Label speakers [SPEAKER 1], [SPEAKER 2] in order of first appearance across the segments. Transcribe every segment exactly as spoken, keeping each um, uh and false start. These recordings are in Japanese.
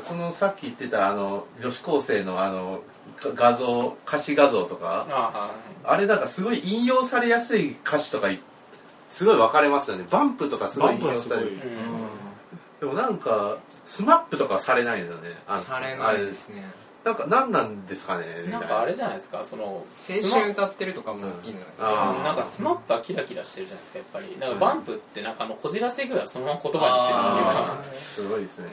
[SPEAKER 1] そのさっき言ってたあの女子高生のあの画像歌詞画像とか あ, あれなんかすごい引用されやすい歌詞とかすごい分かれますよね。バンプとかすごい引用される、うん、でもなんかスマップとかされないんですよね。あ
[SPEAKER 2] されないですね。
[SPEAKER 1] なんか何なんですかね。
[SPEAKER 3] なんかあれじゃないですか、その
[SPEAKER 2] 青春歌ってるとかも大きいんじゃないですか、
[SPEAKER 3] うん、なんかスマップはキラキラしてるじゃないですかやっぱり。なんかバンプってなんかあのこじらせ具合はそのまま言葉にしてるっていうか
[SPEAKER 1] すごいですね。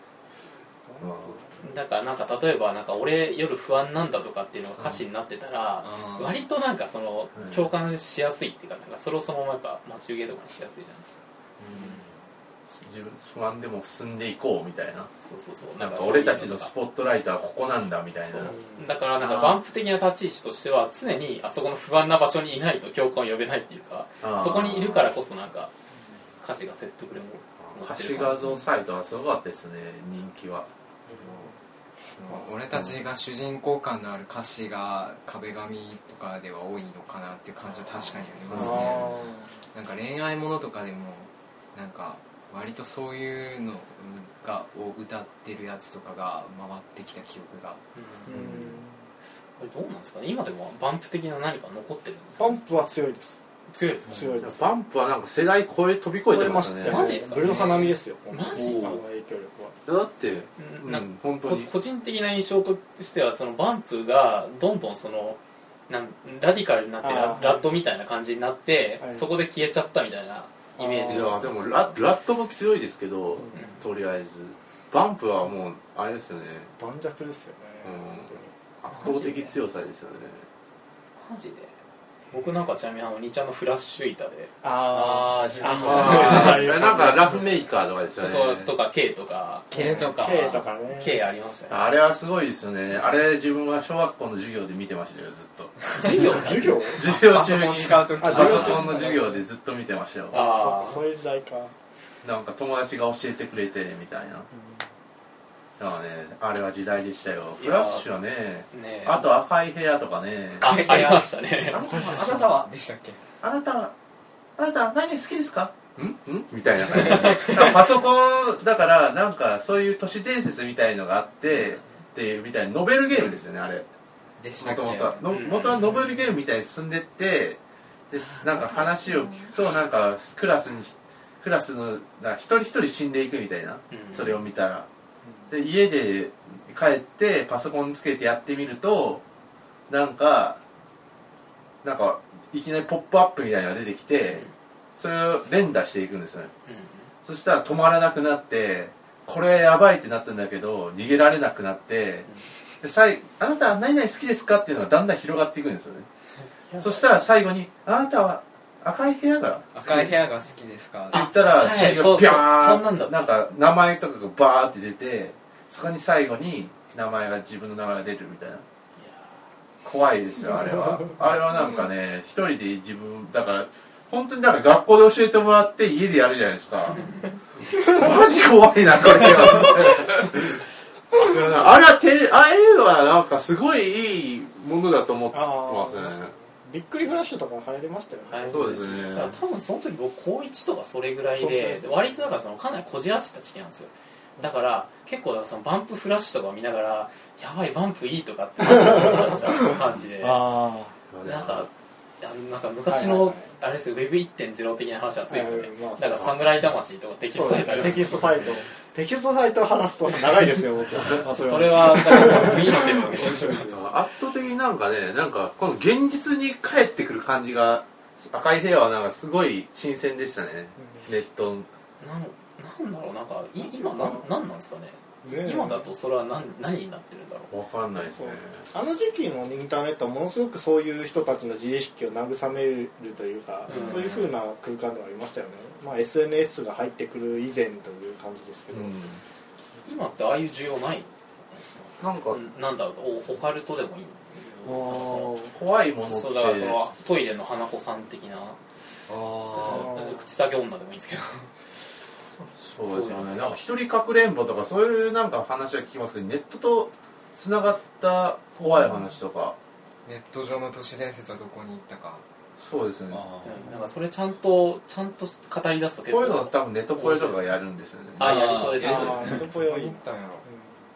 [SPEAKER 3] だからなんか例えばなんか俺夜不安なんだとかっていうのが歌詞になってたら割となんかその共感しやすいっていうか、なんかそれをそのままやっぱ待ち受けとかにしやすいじゃないですか。
[SPEAKER 1] 自分不安でも進んでいこうみたいな。
[SPEAKER 3] そうそうそう。
[SPEAKER 1] なんか俺たちのスポットライトはここなんだみたいな。
[SPEAKER 3] だからなんかバンプ的な立ち位置としては常にあそこの不安な場所にいないと共感を呼べないっていうか、そこにいるからこそなんか歌詞が説得力を持ってる。
[SPEAKER 1] 歌詞画像サイトはすごかったですね、人気は。
[SPEAKER 2] その俺たちが主人公感のある歌詞が壁紙とかでは多いのかなっていう感じは確かにありますね。なんか恋愛ものとかでもなんか割とそういうのがを歌ってるやつとかが回ってきた記憶が、
[SPEAKER 3] うんうん、これどうなんですかね。今でもバンプ的な何か残ってるんですか。
[SPEAKER 4] バンプは強いです。
[SPEAKER 3] 強いですね。
[SPEAKER 4] 強いです。
[SPEAKER 1] バンプはなんか世代超え飛び越えてますね。
[SPEAKER 3] マジですか。
[SPEAKER 4] ブルー花見ですよ。
[SPEAKER 3] マジ。
[SPEAKER 4] あの影響力
[SPEAKER 1] は。だって、
[SPEAKER 3] うん、なんか
[SPEAKER 1] 本当に
[SPEAKER 3] 個人的な印象としてはそのバンプがどんどんそのなんラディカルになって ラ, ラッドみたいな感じになって、はい、そこで消えちゃったみたいなイメージが。
[SPEAKER 1] いやでも ラ, ラッドも強いですけど、うん、とりあえずバンプはもうあれですよね。
[SPEAKER 4] 盤石ですよね。
[SPEAKER 1] うん、圧倒的強さですよね。
[SPEAKER 3] マジで。僕なんかちなみにあのにちゃんのフラッシュ板で
[SPEAKER 2] ああ自分の
[SPEAKER 1] なんかラフメーカーとかですよね。
[SPEAKER 3] そうとか K とか
[SPEAKER 2] K とか
[SPEAKER 4] K とかね
[SPEAKER 3] K ありましたよね。
[SPEAKER 1] あれはすごいですよね。あれ自分は小学校の授業で見てましたよずっと。
[SPEAKER 3] 授業
[SPEAKER 4] 授業
[SPEAKER 1] 授業中に
[SPEAKER 2] 使う時
[SPEAKER 1] パソコンの授業でずっと見てましたよ。
[SPEAKER 4] ああそういう時代か。
[SPEAKER 1] なんか友達が教えてくれてみたいな、うん、だからねあれは時代でしたよ。フラッシュは ね, ねあと赤い部屋とかね
[SPEAKER 3] あ, ありましたね。
[SPEAKER 2] あなたはでしたっけ。
[SPEAKER 1] あなたはあなたは何好きですかんんみたいな感じでパソコンだからなんかそういう都市伝説みたいのがあってっていうみたいなノベルゲームですよねあれ。
[SPEAKER 2] でしたっけ。
[SPEAKER 1] 元々は元はノベルゲームみたいに進んでってでなんか話を聞くとなんかクラスにクラスの一人一人死んでいくみたいな、それを見たらで家で帰ってパソコンつけてやってみるとなんかなんかいきなりポップアップみたいなのが出てきてそれを連打していくんですよね、うん、そしたら止まらなくなってこれやばいってなったんだけど逃げられなくなってで最あなたは何々好きですかっていうのがだんだん広がっていくんですよねそしたら最後にあなたは赤い部屋が
[SPEAKER 2] 赤い部屋が好きですかって
[SPEAKER 1] 言ったら血がピャーン
[SPEAKER 3] なん
[SPEAKER 1] か名前とかがバーって出てそこに最後に名前が自分の名前が出るみたいな怖いですよあれはあれはなんかね一人で自分だから本当になんか学校で教えてもらって家でやるじゃないですかマジ怖いなこれはあれはてああいうのはなんかすごいいいものだと思ってますね。
[SPEAKER 4] びっくりフラッシュとか入りましたよね。
[SPEAKER 1] そうですね。
[SPEAKER 3] だから多分その時僕高いちとかそれぐらいで割とだからそのかなりこじらせた時期なんですよ。だから結構だからそのバンプフラッシュとかを見ながらやばいバンプいいとかって感じであなんかなんか昔のあれですよ ウェブいってんゼロ 的な話は熱いですよね。だから侍魂とかテキストサイトありま
[SPEAKER 4] す。テキストサイトテキストサイトを話すと長いですよ僕
[SPEAKER 3] それはだから次のテーマでしょう。
[SPEAKER 1] 圧倒的になんかねなんかこの現実に帰ってくる感じが赤い部屋はなんかすごい新鮮でしたね、うん、ネットなん
[SPEAKER 3] なんだろうなんか今なんなんなんですかね。ね今だとそれは 何, 何になってるんだろう。
[SPEAKER 1] 分かんないですね。
[SPEAKER 4] あの時期のインターネットはものすごくそういう人たちの自意識を慰めるというか、うん、そういう風な空間ではありましたよね。まあ エスエヌエス が入ってくる以前という感じですけど、うん、
[SPEAKER 3] 今ってああいう需要ない
[SPEAKER 1] なんか
[SPEAKER 3] なんだろうオカルトでもいいの。なんかその
[SPEAKER 1] 怖いものって
[SPEAKER 3] そうだからそのトイレの花子さん的な
[SPEAKER 2] あ
[SPEAKER 3] 口先女でもいいんですけど
[SPEAKER 1] そうですよね。なんか一人かくれんぼとかそういうなんか話は聞きますけどネットとつながった怖い話とか
[SPEAKER 2] ネット上の都市伝説はどこに行ったか。
[SPEAKER 1] そうですね。
[SPEAKER 3] なんかそれちゃんとちゃんと語り出すと結構
[SPEAKER 1] こういうの多分ネットポエとかがやるんですよね。
[SPEAKER 3] あやりそうですね。
[SPEAKER 4] ネットポエは
[SPEAKER 2] 行ったんやろ。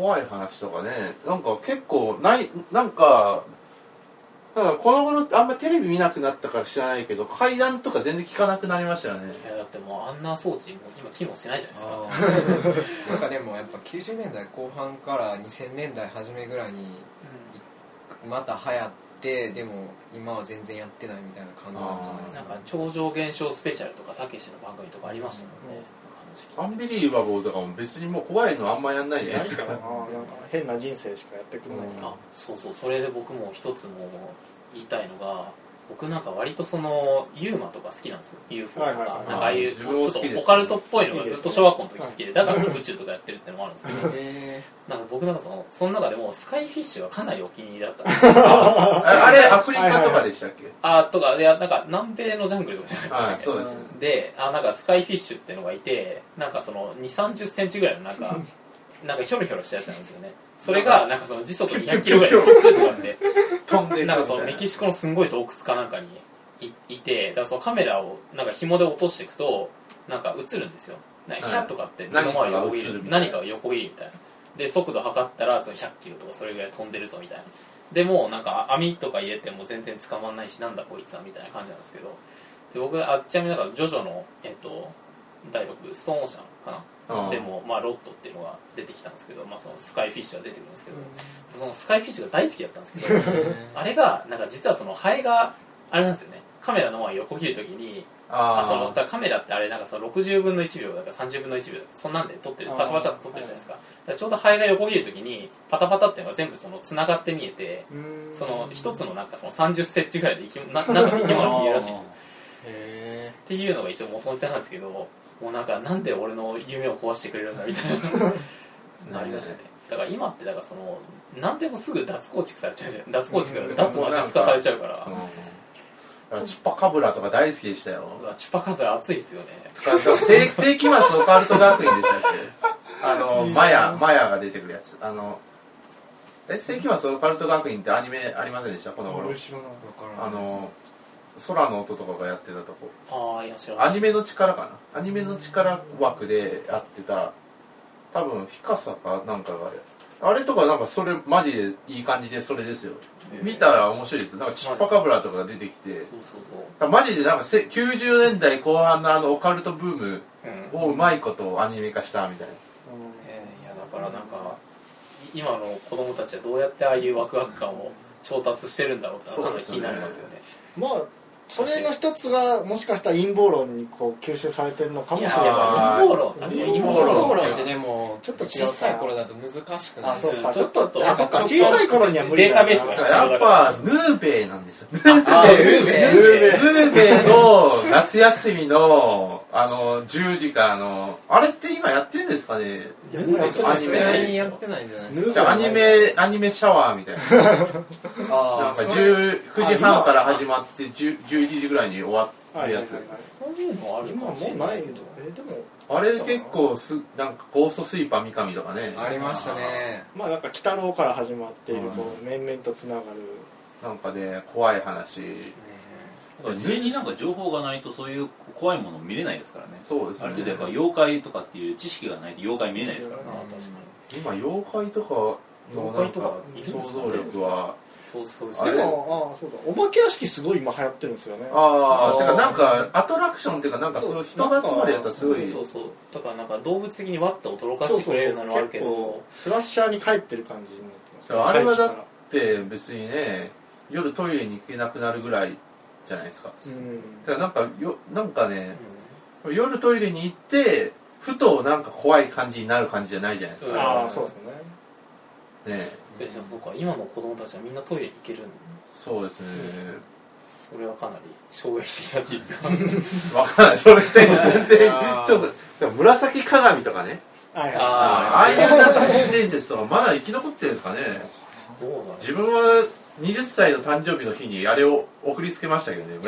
[SPEAKER 1] 怖い話とかね、なんか結構ないなんかだからこの頃あんまテレビ見なくなったから知らないけど怪談とか全然聞かなくなりましたよね。
[SPEAKER 3] いやだってもうあんな装置も今機能しないじゃないですか。
[SPEAKER 2] なんかでもやっぱきゅうじゅうねんだいこう半からにせんねんだい初めぐらいにまた流行ってでも今は全然やってないみたいな感じなんじゃないですか。
[SPEAKER 3] なんか超常現象スペシャルとかたけしの番組とかありましたもんね。
[SPEAKER 1] アンビリーバボーとかも別にもう怖いのあんまやんないじゃないですか。
[SPEAKER 4] なんか変な人生しかやってくれないから、
[SPEAKER 3] あそうそう、それで僕も一つも言いたいのが、僕なんか割とそのユーマとか好きなんですよ。 ユーフォー とか、
[SPEAKER 4] はいはいはい、
[SPEAKER 3] なんかああいう
[SPEAKER 1] 自
[SPEAKER 3] ちょっ
[SPEAKER 1] 分も好きです
[SPEAKER 3] とオカルトっぽいのがずっと小学校の時好きで、だからその宇宙とかやってるってのもあるんですけど
[SPEAKER 2] へ
[SPEAKER 3] なんか僕なんかそのその中でもスカイフィッシュがかなりお気に入りだったんですよ
[SPEAKER 1] ああれアフリカとかでしたっけ？
[SPEAKER 3] あとかでなんか南米のジャングルとかじゃなかった
[SPEAKER 1] はい、
[SPEAKER 3] っけ？
[SPEAKER 1] そうですね。
[SPEAKER 3] で、あなんかスカイフィッシュっていうのがいて、なんかそのにじゅう、さんじゅっセンチぐらいのなんかなんかヒョロヒョロしたやつなんですよね。それがなんかその時速にひゃくキロぐらいでピュッピュッとかって
[SPEAKER 1] 飛んで
[SPEAKER 3] なんかそのメキシコのすんごい洞窟かなんかに い, いて、だからそのカメラをなんか紐で落としていくとなんか映るんですよ。なんかヒャッとかって目の前を横切る、何かが横切るみたいな。で速度測ったらそのひゃっキロとかそれぐらい飛んでるぞみたいな。でもなんか網とか入れても全然捕まんないし、なんだこいつはみたいな感じなんですけど、で僕あちなみになんかジョジョのえっとだいろく部ストーンオーシャンかな、でも、まあ、ロットっていうのが出てきたんですけど、まあ、そのスカイフィッシュが出てくるんですけど、うん、そのスカイフィッシュが大好きだったんですけどあれがなんか実はそのハエがあれなんですよね、カメラの前を横切るときにあそのだからカメラってあれなんかそのろくじゅうぶんのいちびょうだからさんじゅうぶんのいちびょうそんなんで撮ってる、パシャパシャって撮ってるじゃないですか。だからちょうどハエが横切るときにパタパタっていうのが全部その繋がって見えて、その一つのなんかそのさんじゅっセンチぐらいで生きな中で生き物が見えるらしいんですよへっていうのが一応元ネタなんですけど、もうなんかなんで俺の夢を壊してくれるんだみたいななりましたね。だから今ってだからその何でもすぐ脱構築されちゃうじゃん、脱構築から脱魔術化されちゃうから、
[SPEAKER 1] うん、チュパカブラとか大好きでしたよ。
[SPEAKER 3] チュパカブラ熱いですよね。
[SPEAKER 1] 世世紀末オカルト学院でしたっけ？あのマヤマヤが出てくるやつ。あのえ世紀末オカルト学院ってアニメありませんでしたこの頃？あの空の音とかがやってたとこ。
[SPEAKER 3] ああいや知らない。
[SPEAKER 1] アニメの力かな。アニメの力枠でやってた多分ヒカサかなんかがあれとかなんかそれマジでいい感じでそれですよ。見たら面白いです。なんかチュッパカブラとかが出てきて、
[SPEAKER 3] そうそうそう
[SPEAKER 1] マジでなんかせきゅうじゅうねんだいこう半のあのオカルトブームをうまいことアニメ化したみたいな、
[SPEAKER 3] うんえー、いやだからなんか今の子供たちはどうやってああいうワクワク感を調達してるんだろうってかなり気になりますよね。
[SPEAKER 4] まあそれの一つがもしかしたら陰謀論にこう吸収されてるのかもしれない。
[SPEAKER 3] 陰謀論
[SPEAKER 2] 陰謀論ってでもちょっと小さい頃だと難しくないですか？
[SPEAKER 4] あそうかちょっとあそっか小さい頃には無理
[SPEAKER 3] データベースが必要だから
[SPEAKER 1] やっぱヌーベイなんですよ。ヌ
[SPEAKER 3] あーヌーベイ
[SPEAKER 1] ヌーベイの夏休みのあのじゅうじからのあれって今やってるんですかね？
[SPEAKER 4] いやもうやってないですね。
[SPEAKER 2] アニメやってないんじゃないですか？
[SPEAKER 1] じゃあアニメアニメシャワーみたいな。なんかじゅうくじはんから始まってじゅういちじぐらいに終わるやつ。
[SPEAKER 3] そういうのあるか
[SPEAKER 4] 今も
[SPEAKER 3] もしれなけど
[SPEAKER 4] うないいけど、えでも
[SPEAKER 1] あれ結構すなんかゴーストスイーパー三上とかね。
[SPEAKER 2] ありましたね。
[SPEAKER 4] まあなんか鬼太郎から始まっているこう面々とつながる
[SPEAKER 1] なんかね怖い話。
[SPEAKER 5] 事前になんか情報がないとそういう怖いもの見れないですからね。
[SPEAKER 1] そうですね。
[SPEAKER 5] ある程度やっぱ妖怪とかっていう知識がないと妖怪見れないですからね。
[SPEAKER 3] あ確かに
[SPEAKER 1] 今妖怪とかの
[SPEAKER 3] 妖怪とか
[SPEAKER 1] 想像力は
[SPEAKER 3] そうそう
[SPEAKER 1] あれ
[SPEAKER 4] でもあそうだお化け屋敷すごい今流行ってるんですよね。
[SPEAKER 1] ああてかなんかアトラクションっていうかなんかそう人が集まるやつはすごい
[SPEAKER 3] そうそうだからなんか動物的にワッと驚かしてくれるのはあるけど、
[SPEAKER 4] そうそうそうスラッシャーに帰ってる感じになってますね。
[SPEAKER 1] あれはだっ
[SPEAKER 4] 怪奇か
[SPEAKER 1] て別にね夜トイレに行けなくなるぐらいじゃないですか。
[SPEAKER 4] らうん
[SPEAKER 1] だからなんかよなんかね、うん、夜トイレに行ってふとなんか怖い感じになる感じじゃないじゃないですか。
[SPEAKER 4] ああそうですね。
[SPEAKER 1] ね
[SPEAKER 3] えじゃあそうか今の子供たちはみんなトイレに行けるん
[SPEAKER 1] そうですね。
[SPEAKER 3] それはかなり衝撃的な事実が
[SPEAKER 1] わかんないそれって全然ちょっとでも紫鏡とかね
[SPEAKER 4] はいはい
[SPEAKER 3] あ
[SPEAKER 1] ああいうなんか都市伝説とかまだ生き残ってるんですかね。
[SPEAKER 3] どうだろう
[SPEAKER 1] 自分ははたちの誕生日の日にあれを送りつけましたけどね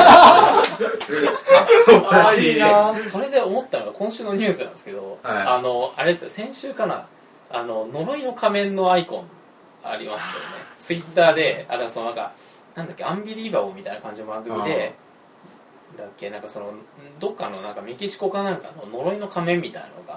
[SPEAKER 4] あいいな。
[SPEAKER 3] それで思ったのが今週のニュースなんですけど、
[SPEAKER 1] はい
[SPEAKER 3] あのあれですよ先週かなあの呪いの仮面のアイコンありますよね。ツイッターであだそのなんかなんだっけアンビリーバボーみたいな感じの番組でだっけなんかそのどっかのなんかメキシコかなんかの呪いの仮面みたいなのが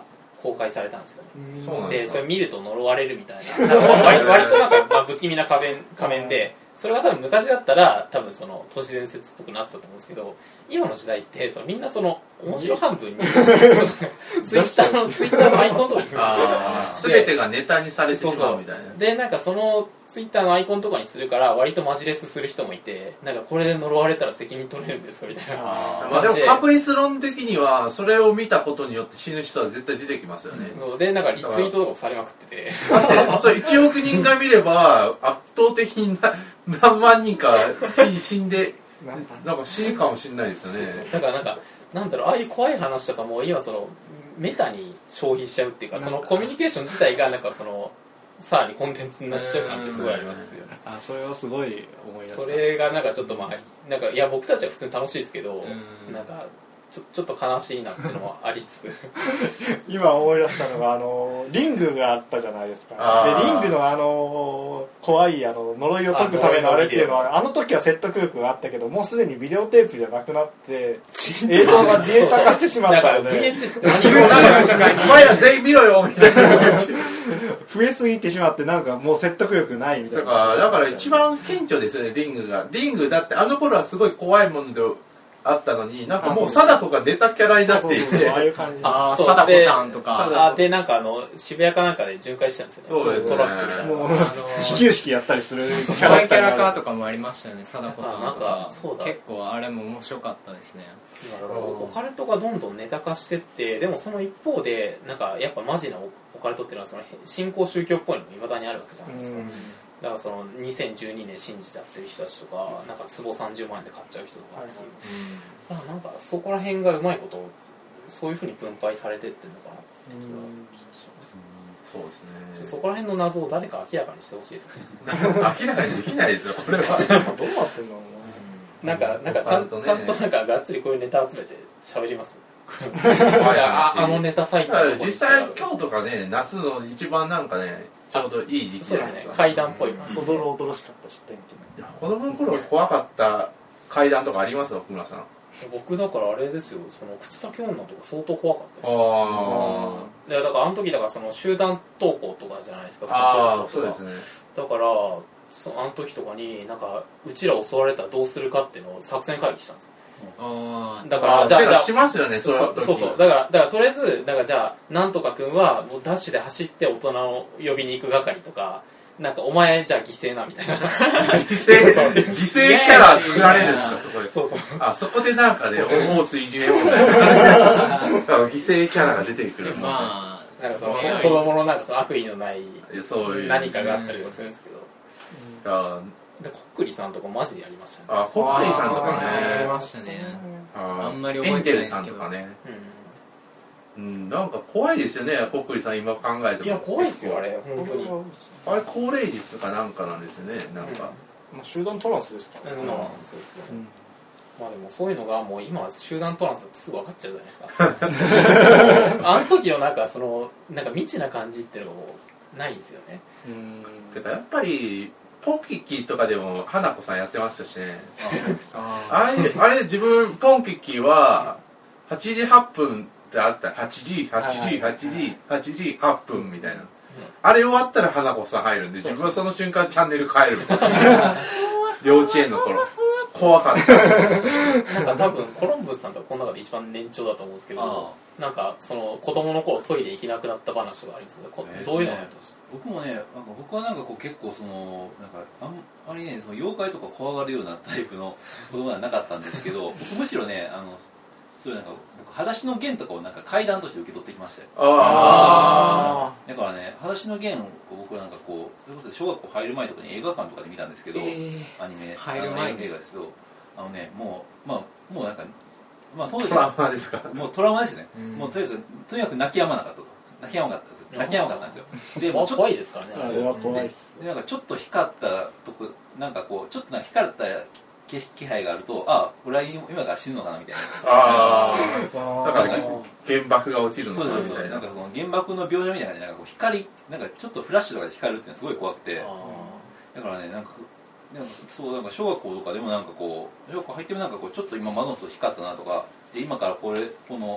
[SPEAKER 3] 公開されたんですよね。
[SPEAKER 1] そうなんでか。
[SPEAKER 3] ですそれ見ると呪われるみたいな、なんか割割となんかまあ不気味な仮面仮面で、それが多分昔だったら多分その都市伝説っぽくなってたと思うんですけど、今の時代ってそのみんなその面白半分にツイッターのツイッターのアイコンとかにするんですよ。
[SPEAKER 1] あー全てがネタにされてしまうみたいな。
[SPEAKER 3] でなんかそのツイッターのアイコンとかにするから割とマジレスする人もいて、なんかこれで呪われたら責任取れるんですかみたいな。
[SPEAKER 1] まあでも確率論的にはそれを見たことによって死ぬ人は絶対出てきますよね。
[SPEAKER 3] そうでなんかリツイートとかもされまくってて、
[SPEAKER 1] だってそれいちおく人が見れば圧倒的にな何万人か死死んでなんか死ぬかもしれないですよね。
[SPEAKER 3] そうそうだからなんかなんだろう、ああいう怖い話とかも今そのメタに消費しちゃうっていうか、そのコミュニケーション自体がなんかそのさらにコンテンツになっちゃう感ってすごいありますよね。
[SPEAKER 4] あ、それはすごい思い出した。
[SPEAKER 3] それがなんかちょっとまあなんかいや僕たちは普通に楽しいですけど、なんかちょちょっと悲しいなっていうのもありつつ
[SPEAKER 4] 今思い出したのがあのリングがあったじゃないですか。でリングのあの怖いあの呪いを解くためのあれっていうのはあの時は説得力があったけど、もうすでにビデオテープじゃなくなって映像がデータ化してしまったので、
[SPEAKER 3] だから ブイエイチエス って何が
[SPEAKER 1] お前ら全員見ろよみたいな。
[SPEAKER 4] 増えすぎてしまってなんかもう説得力ないみたいな。
[SPEAKER 1] だからだから一番顕著ですよね、リングが。リングだってあの頃はすごい怖いものであったのに、なんかもう貞子がネタキャラになっていて、
[SPEAKER 4] ああいう感じ。
[SPEAKER 2] ああ
[SPEAKER 3] そう
[SPEAKER 2] 貞子ターンとか
[SPEAKER 3] あでなんかあの渋谷かなんかで巡回してたんですよね。
[SPEAKER 1] そうですね
[SPEAKER 3] トラックみたいな。
[SPEAKER 4] もう
[SPEAKER 2] あの
[SPEAKER 4] 始球式やったりするキ
[SPEAKER 2] そう
[SPEAKER 4] ャラクターが
[SPEAKER 2] いうキャラカーとかもありましたよね、貞子ターンと
[SPEAKER 3] なん
[SPEAKER 2] か
[SPEAKER 3] かそうだ
[SPEAKER 2] 結構あれも面白かったですね。
[SPEAKER 3] だからオカルトがどんどんネタ化してって、でもその一方でなんかやっぱマジなオカルトっていうのはその新興宗教っぽいのもいまだにあるわけじゃないですか。だからそのにせんじゅうにねん信じちゃってる人たちとか、なんか壺さんじゅうまん円で買っちゃう人とかっていう、だからなんかそこら辺がうまいことそういうふうに分配されてってるのかなって気が
[SPEAKER 1] そうですね。
[SPEAKER 3] そこら辺の謎を誰か明らかにしてほしいですね
[SPEAKER 1] 明らかにできないですよこれは。
[SPEAKER 4] どうなってんだろう
[SPEAKER 3] なんかなんかちゃん,、
[SPEAKER 1] オカルトね
[SPEAKER 3] ちゃんとなんかがっつりこういうネタ集めて喋ります
[SPEAKER 1] はい
[SPEAKER 3] ああのネタサイト
[SPEAKER 1] だから実際今日とかね、夏の一番なんかねちょうどいい時期じ
[SPEAKER 3] そうですね、
[SPEAKER 1] ゃないですか。
[SPEAKER 3] 怪談っぽい感じ
[SPEAKER 4] な。おどろおどろしかったし天気。
[SPEAKER 1] いや子供の頃怖かった怪談とかあります奥村さん。
[SPEAKER 3] 僕だからあれですよ、その口先女とか相当怖かったですよ。
[SPEAKER 1] あ
[SPEAKER 3] でだからあの時だからその集団登校とかじゃないですか、
[SPEAKER 1] ああ
[SPEAKER 3] 普通集団登校とか
[SPEAKER 1] そうですね。
[SPEAKER 3] だからそあの時とかになんかうちら襲われたらどうするかっていうのを作戦会議したんです。
[SPEAKER 2] ああ
[SPEAKER 3] だからじゃあじゃあ
[SPEAKER 1] しますよねそ
[SPEAKER 3] そうそうそうだからだからとりあえずだからじゃあなんとか君はもうダッシュで走って大人を呼びに行く係とか、なんかお前じゃあ犠牲なみたいな
[SPEAKER 1] 犠牲犠牲キャラ作られるんですかそこで。
[SPEAKER 3] そうそう
[SPEAKER 1] あそこでなんかね思ういじめ問題犠牲キャラが出てくる。
[SPEAKER 2] まあ
[SPEAKER 3] なんかその
[SPEAKER 2] 恋愛
[SPEAKER 3] 子供のなんかその悪意のない
[SPEAKER 1] いやそういう
[SPEAKER 3] 何かがあったりとかするんですけど、
[SPEAKER 1] あ
[SPEAKER 3] でこっくりさんとかマジでやりましたね。
[SPEAKER 1] あコックリさんとか
[SPEAKER 2] あーやり
[SPEAKER 1] ね
[SPEAKER 2] ましたね。
[SPEAKER 1] あ
[SPEAKER 2] あんまり覚えてないですけど
[SPEAKER 1] エンテルさんとかね、
[SPEAKER 3] う
[SPEAKER 1] うん、なんか怖いですよねコックリさん今考えても。
[SPEAKER 3] ん、いや怖いですよあれ本当に。
[SPEAKER 1] あれ高齢率かなんかなんですよねなんか、
[SPEAKER 4] まあ集団トランスですからね。
[SPEAKER 3] うん、まあそうですよね。まあでもそういうのがもう今は集団トランスってすぐ分かっちゃうじゃないですかあの時のなんかそのなんか未知な感じっていうのがもうないんですよね。
[SPEAKER 4] うん。
[SPEAKER 1] てかやっぱりポンキッキーとかでも花子さんやってましたしね。
[SPEAKER 2] あ
[SPEAKER 1] あれあれ自分ポンキッキーははちじはっぷんってあったはちじはちじはちじはちじはっぷんみたいな、あれ終わったら花子さん入るんで自分はその瞬間チャンネル変えるみたいな幼稚園の頃怖かった
[SPEAKER 3] なんか多分コロンブスさんとかこの中で一番年長だと思うんですけど、なんかその子供の頃トイレ行けなくなった話とかありますね。こ
[SPEAKER 5] えー
[SPEAKER 3] どういうのがあったんですか。
[SPEAKER 5] 僕もねなんか僕はなんかこう結構そのなんかあんまりねその妖怪とか怖がるようなタイプの子供ではなかったんですけど僕むしろねあのそういうなんか僕裸足の弦とかをなんか怪談として受け取ってきましたよ。
[SPEAKER 1] あ
[SPEAKER 5] だからね裸足の弦を僕なんかこうそれこそ小学校入る前とかに映画館とかで見たんですけど、
[SPEAKER 2] えー
[SPEAKER 5] アニメ
[SPEAKER 2] 入る前に
[SPEAKER 5] あの映画ですけどあのねもうまあもうなんかまあその時
[SPEAKER 1] トラウマですか。
[SPEAKER 5] もうトラウマですね、
[SPEAKER 2] うん
[SPEAKER 5] もうとにかくとにかく泣き止まなかったと泣き止まなかったです泣き止まなかったんですよでもうちょっと
[SPEAKER 3] 怖いですからね。
[SPEAKER 4] あれは怖いです。
[SPEAKER 5] でなんかちょっと光ったとこなんかこうちょっとなんか光った気気配があるとあ俺は今から死ぬのかなみたいな
[SPEAKER 1] ああだから
[SPEAKER 4] あ
[SPEAKER 1] 原爆が落ちるの
[SPEAKER 5] そうそうそう
[SPEAKER 1] かみたいなん
[SPEAKER 5] なかその原爆の描写みたいな感じでなんかこう光なんかちょっとフラッシュとかで光るっていうのはすごい怖くてだからねなんかなんかそうなんか小学校とかでもなんかこう小学校入ってもなんかこうちょっと今窓の外光ったなとかで今からこれこの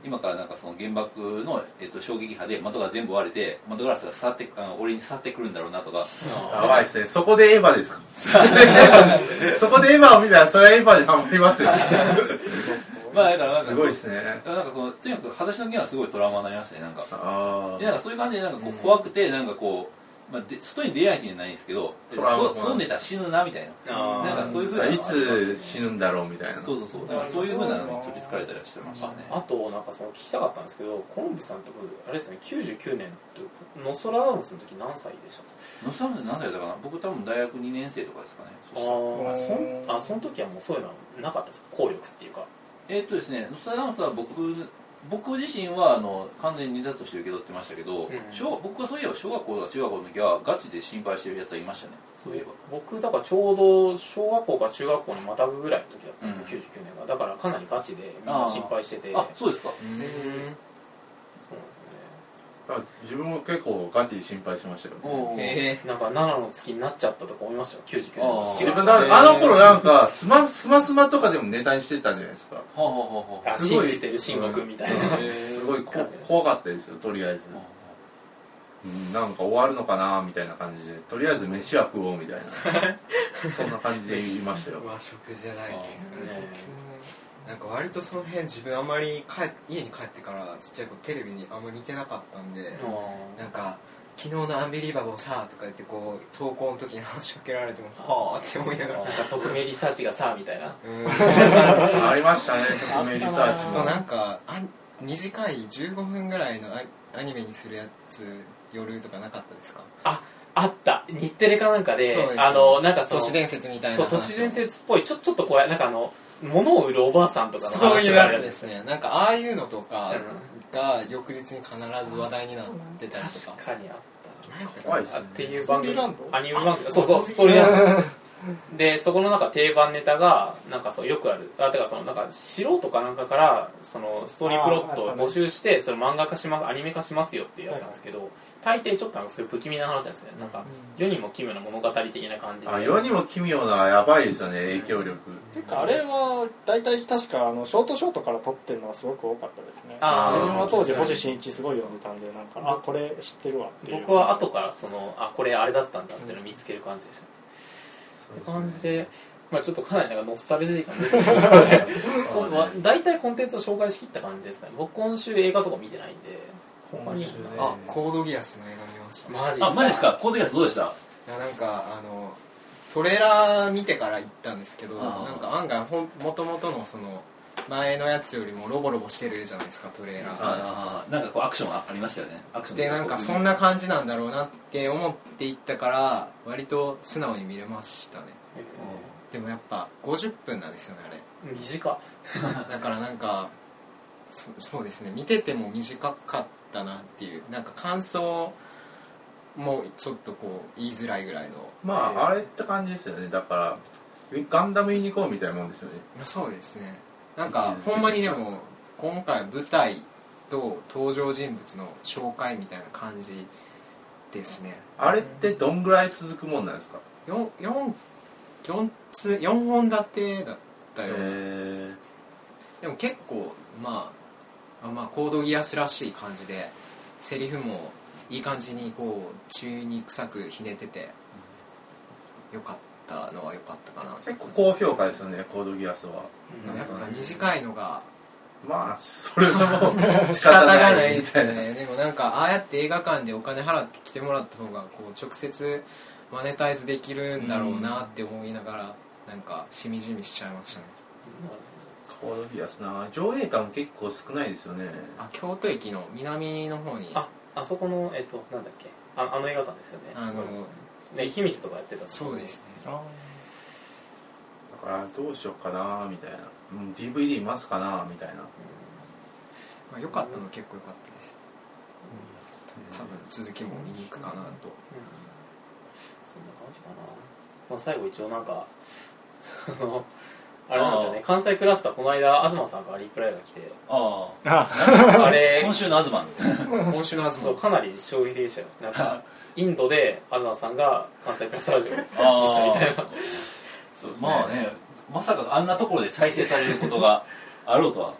[SPEAKER 5] 今からなんかその原爆の、えっと、衝撃波で窓が全部割れて窓ガラスが去ってあの俺に去ってくるんだろうなとか
[SPEAKER 1] やばいですね。そこでエヴァですかそこでエヴァを見たらそれはエヴァにハマりますよ
[SPEAKER 5] まあだからなんか
[SPEAKER 1] すごいですね。
[SPEAKER 5] なんかこのとにかく裸足の弦はすごいトラウマになりましたね。なんか
[SPEAKER 1] あ
[SPEAKER 5] でなんかそういう感じでなんかこう怖くてなんかこう、まあ、で外に出ないっていうのはないんですけど
[SPEAKER 1] トラウマ
[SPEAKER 5] そそう寝たら死ぬなみたいななんかそういうふうない
[SPEAKER 1] つ死ぬんだろうみたいな。
[SPEAKER 5] そうそうそうだからそういうふうなのに取りつかれたりはしてましたね。
[SPEAKER 3] あとなんかその聞きたかったんですけど、コロンブさんってあれですね、きゅうじゅうきゅうねんってノストラダムスの時何歳でした？
[SPEAKER 5] ノスタルジー何歳だったかな。僕多分大学にねん生とかですかね。そしたら
[SPEAKER 3] ああ、そんあその時はもうそういうのはなかったですか、効力っていうか。
[SPEAKER 5] えーっとですねノスタルダムスは僕僕自身はあの完全にネタとして受け取ってましたけど、
[SPEAKER 3] うん、
[SPEAKER 5] 小僕はそういえば小学校とか中学校の時はガチで心配してるやつはいましたね。そういえば
[SPEAKER 3] 僕だからちょうど小学校か中学校にまたぐぐらいの時だったんですよ、
[SPEAKER 5] うん、
[SPEAKER 3] きゅうじゅうきゅうねんが。だからかなりガチでみんな心配してて。
[SPEAKER 5] あそうですか。
[SPEAKER 3] うん、そうなんですよね。
[SPEAKER 1] 自分も結構ガチで心配しましたよ、
[SPEAKER 3] ね、なんかななの月になっちゃったとか思いましたよ、きゅうじゅうきゅうねん。
[SPEAKER 1] 自分だあの頃なんかスマスマスマとかでもネタにしてたんじゃないですか。
[SPEAKER 5] はあはあはあ、
[SPEAKER 3] すごい信じてる慎吾君みたいな、
[SPEAKER 1] すごいこ怖かったですよ、とりあえず、うん、なんか終わるのかなみたいな感じで、とりあえず飯は食おうみたいなそんな感じで言いましたよ。
[SPEAKER 2] 和食じゃないですね。なんか割とその辺自分あんまり帰家に帰ってからちっちゃい子テレビにあんまり見てなかったんで、なんか昨日のアンビリバボーさとか言ってこう投稿の時に話しかけられてもはあって思いながら、なんか
[SPEAKER 3] 匿名リサーチがさみたいな
[SPEAKER 1] ありましたね、匿名リサーチも。
[SPEAKER 2] となんかあ短いじゅうごふんぐらいのアニメにするやつ夜とかなかったですか？
[SPEAKER 3] ああった日テレかなんか で,
[SPEAKER 2] で、ね、
[SPEAKER 3] あのなんかその
[SPEAKER 2] 都市伝説みたいな
[SPEAKER 3] そう都市伝説っぽいちょちょっとこうなんかあの物を売るおばあさんとかの話
[SPEAKER 2] そういうやつですね。なんかああいうのとかが翌日に必ず話題になってたりとか。
[SPEAKER 3] 確かにあった
[SPEAKER 1] 怖いですね。
[SPEAKER 3] っていう番組、アニメ番組、
[SPEAKER 4] そ
[SPEAKER 3] そううそうストーリーランドでそこのなんか定番ネタがなんかそうよくあるあてかそのなんか素人かなんかからそのストーリープロットを募集してそれ漫画化しますアニメ化しますよっていうやつなんですけど、大抵ちょっとなんかそういう不気味な話なんですね。なんか世にも奇妙な物語的な感じで。
[SPEAKER 1] あ、世にも奇妙なやばいですよね、影響力。
[SPEAKER 4] てかあれは大体確かあのショートショートから撮ってるのがすごく多かったですね。
[SPEAKER 3] あ
[SPEAKER 4] 自分は当時星新一すごい読んでたんで、なんかあこれ知ってるわっていう。
[SPEAKER 3] 僕は後からそのあこれあれだったんだっていうのを見つける感じでした、ね。って感じで、まあ、ちょっとかなりなんかノスタルジー感出てきて大体コンテンツを紹介しきった感じですかね。僕今週映画とか見てないんで他に
[SPEAKER 2] あコードギアスの映画見ました。
[SPEAKER 3] マジ
[SPEAKER 5] あマジですか。コードギアスどうでした？
[SPEAKER 2] いやなんかあのトレーラー見てから行ったんですけど、なんか案外ほん元々のその前のやつよりもロボロボしてるじゃないですかトレーラー。
[SPEAKER 5] あなんかこうアクションありましたよね。アクション
[SPEAKER 2] でなんかそんな感じなんだろうなって思っていったから割と素直に見れましたね。でもやっぱごじゅっぷんなんですよねあれ。
[SPEAKER 3] 短っ
[SPEAKER 2] だからなんか そ, そうですね見てても短かったなっていうなんか感想もちょっとこう言いづらいぐらいの。
[SPEAKER 1] まああれって感じですよね。だからガンダムユニコーンみたいなもんですよね。
[SPEAKER 2] そうですね。なんかほんまにでも今回舞台と登場人物の紹介みたいな感じですね。
[SPEAKER 1] あれってどんぐらい続くもんなんですか？
[SPEAKER 2] 4, 4, 4, つ4本立てだったよ、
[SPEAKER 1] え
[SPEAKER 2] ー、でも結構まあまあコードギアスらしい感じでセリフもいい感じにこう中に臭くひねっててよかったのはよかったかな。
[SPEAKER 1] 結構高評価ですよねコードギアスは。
[SPEAKER 2] やっぱ短いのが
[SPEAKER 1] まあそれはもう
[SPEAKER 2] 仕方がないですよね。でもなんかああやって映画館でお金払って来てもらった方がこう直接マネタイズできるんだろうなって思いながらなんかしみじみしちゃいましたね。
[SPEAKER 1] コードギアスな上映館結構少ないですよね。
[SPEAKER 2] あ京都駅の南の方に
[SPEAKER 3] ああそこのえっとなんだっけ あ, あの映画館ですよね。
[SPEAKER 2] あの
[SPEAKER 3] ね秘密とかやってた。
[SPEAKER 2] そうですね。
[SPEAKER 1] だからどうしようかなみたいな、うん、ディーブイディー 待つかなみたいな、うん
[SPEAKER 2] まあ、良かったの結構良かったです、うん、多分続きも見に行くかなと、うん、
[SPEAKER 3] そんな感じかな。まあ、最後一応なんかあれなんですよね。関西クラスターこの間東さんからリプライが来て
[SPEAKER 5] あ
[SPEAKER 3] ああれ
[SPEAKER 5] 今週の東
[SPEAKER 2] 今週の東
[SPEAKER 3] そうかなり衝撃でしたよ。なんかインドで東さんが関西クラスターラジオにしたみたいな
[SPEAKER 5] そうまあねまさかあんなところで再生されることがあろうとは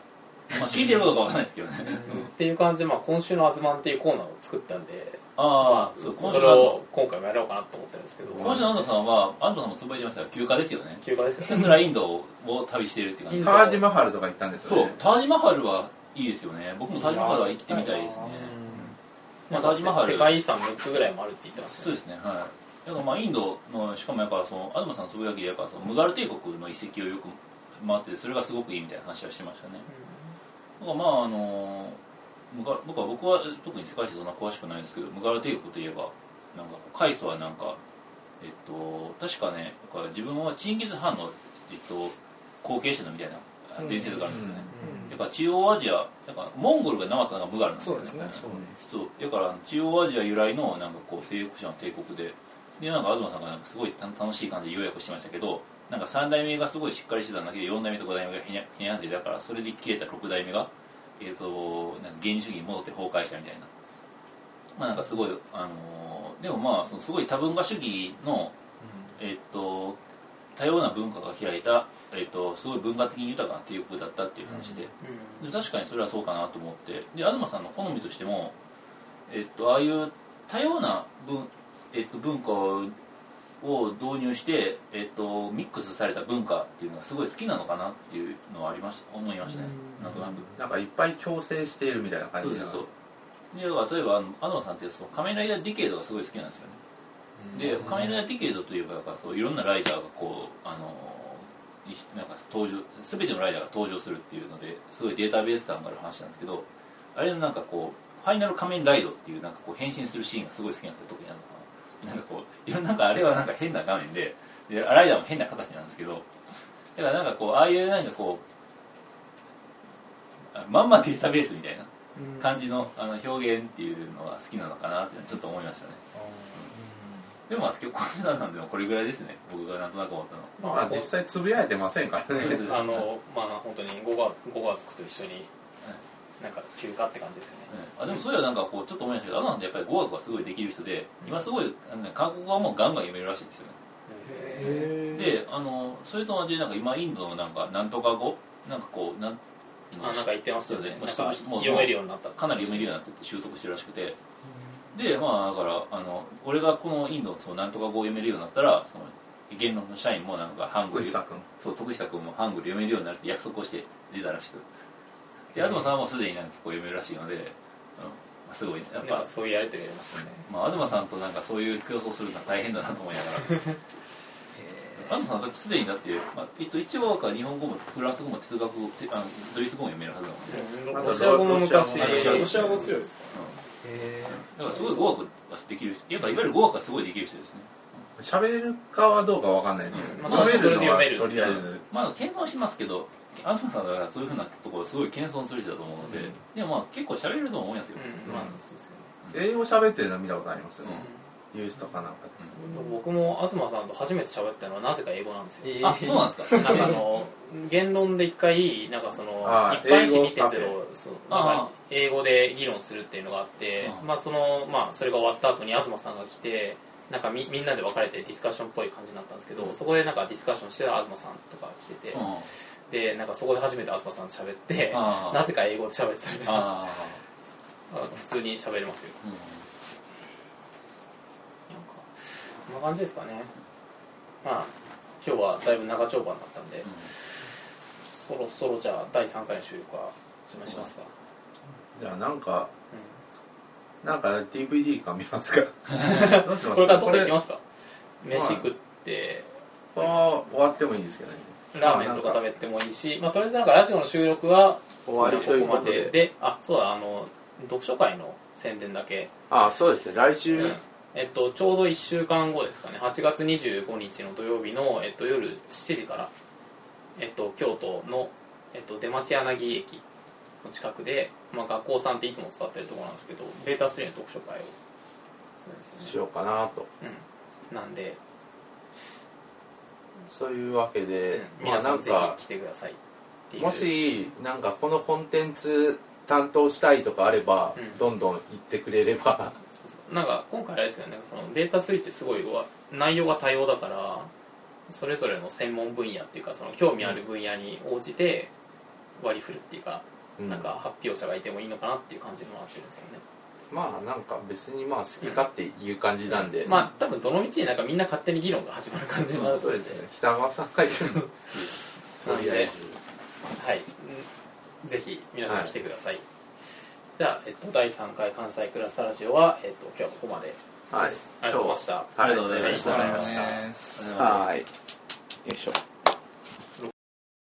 [SPEAKER 5] まあ聞いてるかどうかわかんないですけどね
[SPEAKER 3] っていう感じで、まあ、今週の「あずまん」っていうコーナーを作ったんで、
[SPEAKER 5] ああ、
[SPEAKER 3] そう
[SPEAKER 5] 今
[SPEAKER 3] それを今回もやろうかなと思ってるんですけど、
[SPEAKER 5] 今週の安藤さんは安藤さんもつぶやいてましたが休暇ですよね。
[SPEAKER 3] 休暇ですよ
[SPEAKER 5] ひたすらインドを旅してるっていう感じ。
[SPEAKER 1] タージマハルとか行ったんですよ
[SPEAKER 5] そう
[SPEAKER 1] ね。
[SPEAKER 5] タージマハルはいいですよね。僕もタージマハルは行ってみたいですね。まあタージマハル
[SPEAKER 3] 世界遺産むっつぐらいもあるって言ってましたね。
[SPEAKER 5] そうですね、はい。だからまあインドの、しかもやっぱその東さんのつぶやきでやっぱそのムガル帝国の遺跡をよく回ってて、それがすごくいいみたいな話はしてましたね。だからまああのムガ僕は僕は特に世界史そんな詳しくないですけど、ムガル帝国といえばなんか開祖はなんかえっと確かね、だから自分はチンギス・ハンのえっと後継者のみたいな伝説があるんですよね。だから中央アジア、だからモンゴルがなかったのがムガルなんですよね。
[SPEAKER 4] そうですね。
[SPEAKER 5] そうだから中央アジア由来のなんかこう征服者の帝国で、でなんか東さんがなんかすごい楽しい感じで要約してましたけど、なんかさん代目がすごいしっかりしてたんだけどよん代目とご代目がへにゃへにゃんで、だからそれで切れたろく代目がえーとなんか原理主義に戻って崩壊したみたいな、まあなんかすごいあのー、でもまあそのすごい多文化主義のえっと多様な文化が開いた、えっとすごい文化的に豊かな帝国だったっていう話で、で確かにそれはそうかなと思って、で東さんの好みとしてもえっとああいう多様な文、えっと、文化を導入して、えっと、ミックスされた文化っていうのがすごい好きなのかなっていうのはありました思いましたね、なんとなく
[SPEAKER 1] なんかいっぱい強制しているみたいな感じで。
[SPEAKER 5] そうですそうで例えば東さんってその仮面ライダーディケイドがすごい好きなんですよね。で仮面ライダーディケイドといえばそういろんなライダーがこうあのなんか登場全てのライダーが登場するっていうのですごいデータベース感がある話なんですけど、あれのなんかこうファイナル仮面ライドっていうなんかこう変身するシーンがすごい好きなんですよ。特にあのなんかこういろんななんかあれはなんか変な画面で、でライダーも変な形なんですけど、だからなんかこうああいうなんかこうまんまデータベースみたいな感じのあの表現っていうのが好きなのかなってちょっと思いましたね。でもまあ今日今週なんでもこれぐらいですね、僕がなんとなく思ったの。
[SPEAKER 1] まあ実際つぶやいてませんからね。
[SPEAKER 3] あのまあ本当にごがつくと一緒になんか休暇って感じですね。
[SPEAKER 5] うん、あでもそういうのはなんかこうちょっと思いましたけど、あのなんてやっぱり語学がすごいできる人で、今すごいあの、ね、韓国語はもうガンガン読めるらしいんですよね。
[SPEAKER 3] へ
[SPEAKER 5] であのそれと同じでなんか今インドのなんかなんとか語なんかこうなん
[SPEAKER 3] あなんか言ってますよね。
[SPEAKER 5] もう
[SPEAKER 3] なんか
[SPEAKER 5] もう
[SPEAKER 3] 読めるようになった。
[SPEAKER 5] かなり読めるようになってって習得してるらしくて、でまあだからあの俺がこのインドのそのなんとか語を読めるようになったら、その言論の社員もなんかハングル
[SPEAKER 1] 徳久君
[SPEAKER 5] そう徳久君もハングル読めるようになるって約束をして出たらしく、で東さんはもうすでになんかこう読めるらしいので、うんまあ、すごいやっぱ
[SPEAKER 3] そういうやり取りありますよね。
[SPEAKER 5] まあ、東さんとなんかそういう競争するのは大変だなと思いながら東さんだってすでにだって、まあえっと、一応は日本語もフランス語も哲学語てあのドイツ語も読めるはずなので、
[SPEAKER 3] ロシア語も昔
[SPEAKER 5] ロ
[SPEAKER 4] シア語強いですか。
[SPEAKER 5] だからすごい語学ができる人、やっぱいわゆる語学がすごいできる人ですね。
[SPEAKER 1] 喋れるかはどうかわかんないですけど、
[SPEAKER 3] うんまあ
[SPEAKER 1] 読めるのは
[SPEAKER 3] 読める
[SPEAKER 1] とりあえず。
[SPEAKER 5] まあ謙遜しますけど、東さんはそういうふうなところすごい謙遜する人だと思うので、でもまあ結構喋れると思いますよ、
[SPEAKER 3] うんまあそうですよね。
[SPEAKER 1] 英語喋ってるの見たことありますよね。
[SPEAKER 5] う
[SPEAKER 1] ユースとかなんかで。
[SPEAKER 3] 僕も東さんと初めて喋ったのはなぜか英語なんですよ。
[SPEAKER 5] あ、そうなんですか。
[SPEAKER 3] なんかあの言論で一回なんかその
[SPEAKER 1] あー
[SPEAKER 3] 一般紙に
[SPEAKER 1] 英語カフェ
[SPEAKER 3] 哲郎そうなんか英語で議論するっていうのがあって、
[SPEAKER 5] あー
[SPEAKER 3] まあそのまあそれが終わった後に東さんが来て、なんか み, みんなで分かれてディスカッションっぽい感じになったんですけど、そこでなんかディスカッションしてた東さんとか来てて、
[SPEAKER 5] うん
[SPEAKER 3] でなんかそこで初めて東さんと喋って、
[SPEAKER 5] あー
[SPEAKER 3] なぜか英語で喋ってたみたいな、
[SPEAKER 5] あ
[SPEAKER 3] あ普通に喋れますよ。
[SPEAKER 5] ー、うん
[SPEAKER 3] なんかそんな感じですかね。まあ今日はだいぶ長丁場になったんで、そろそろじゃあだいさんかいの収録はしましますか。
[SPEAKER 1] じゃあなんか、なんか ディーブイディー か見ますか。どうします
[SPEAKER 3] これからどっか行きます
[SPEAKER 1] か。
[SPEAKER 3] か。飯食って
[SPEAKER 1] これは終わってもいいんですけどね。
[SPEAKER 3] ラーメンとか食べてもいいし、まあとりあえずなんかラジオの収録は
[SPEAKER 1] 終わりということ
[SPEAKER 3] ここまで
[SPEAKER 1] で。
[SPEAKER 3] で、あそうだあの読書会の宣伝だけ。
[SPEAKER 1] あ、そうですね。来週、
[SPEAKER 3] うんえっと、ちょうどいっしゅうかんごですかね、はちがつにじゅうごにちの土曜日の、えっと、夜しちじから、えっと、京都の、えっと、出町柳駅の近くで、まあ、学校さんっていつも使ってるところなんですけど、ベータスリーの読書会をするんですよね。
[SPEAKER 1] しようかなと。
[SPEAKER 3] うん、なんで、
[SPEAKER 1] そういうわけで、
[SPEAKER 3] うん、
[SPEAKER 1] まあ
[SPEAKER 3] 皆さぜ
[SPEAKER 1] なんんか
[SPEAKER 3] ひ来てくださいっていう。
[SPEAKER 1] もしなんかこのコンテンツ担当したいとかあれば、
[SPEAKER 3] うん
[SPEAKER 1] どんどん言ってくれれば。
[SPEAKER 3] そうそうなんか今回あれですよね、そのベータスリーってすごいわ内容が多様だから、それぞれの専門分野っていうかその興味ある分野に応じて割り振るっていうかなんか発表者がいてもいいのかなっていう感じにもなってるんですよね。
[SPEAKER 1] まあなんか別にまあ好きかっていう感じなんで、
[SPEAKER 3] うん、まあ多分どの道になんかみんな勝手に議論が始まる感じになる
[SPEAKER 1] そうですね。北川さん書いてるの
[SPEAKER 3] なんで、はい、ぜひ皆さん来てください、はい、じゃあ、えっと、だいさんかい関西クラスターラジオは、えっと、今日はここまでです、はい、ありがとうございました。
[SPEAKER 1] ありがとうございました。
[SPEAKER 3] ありがとうございました。
[SPEAKER 1] はい、よいしょ。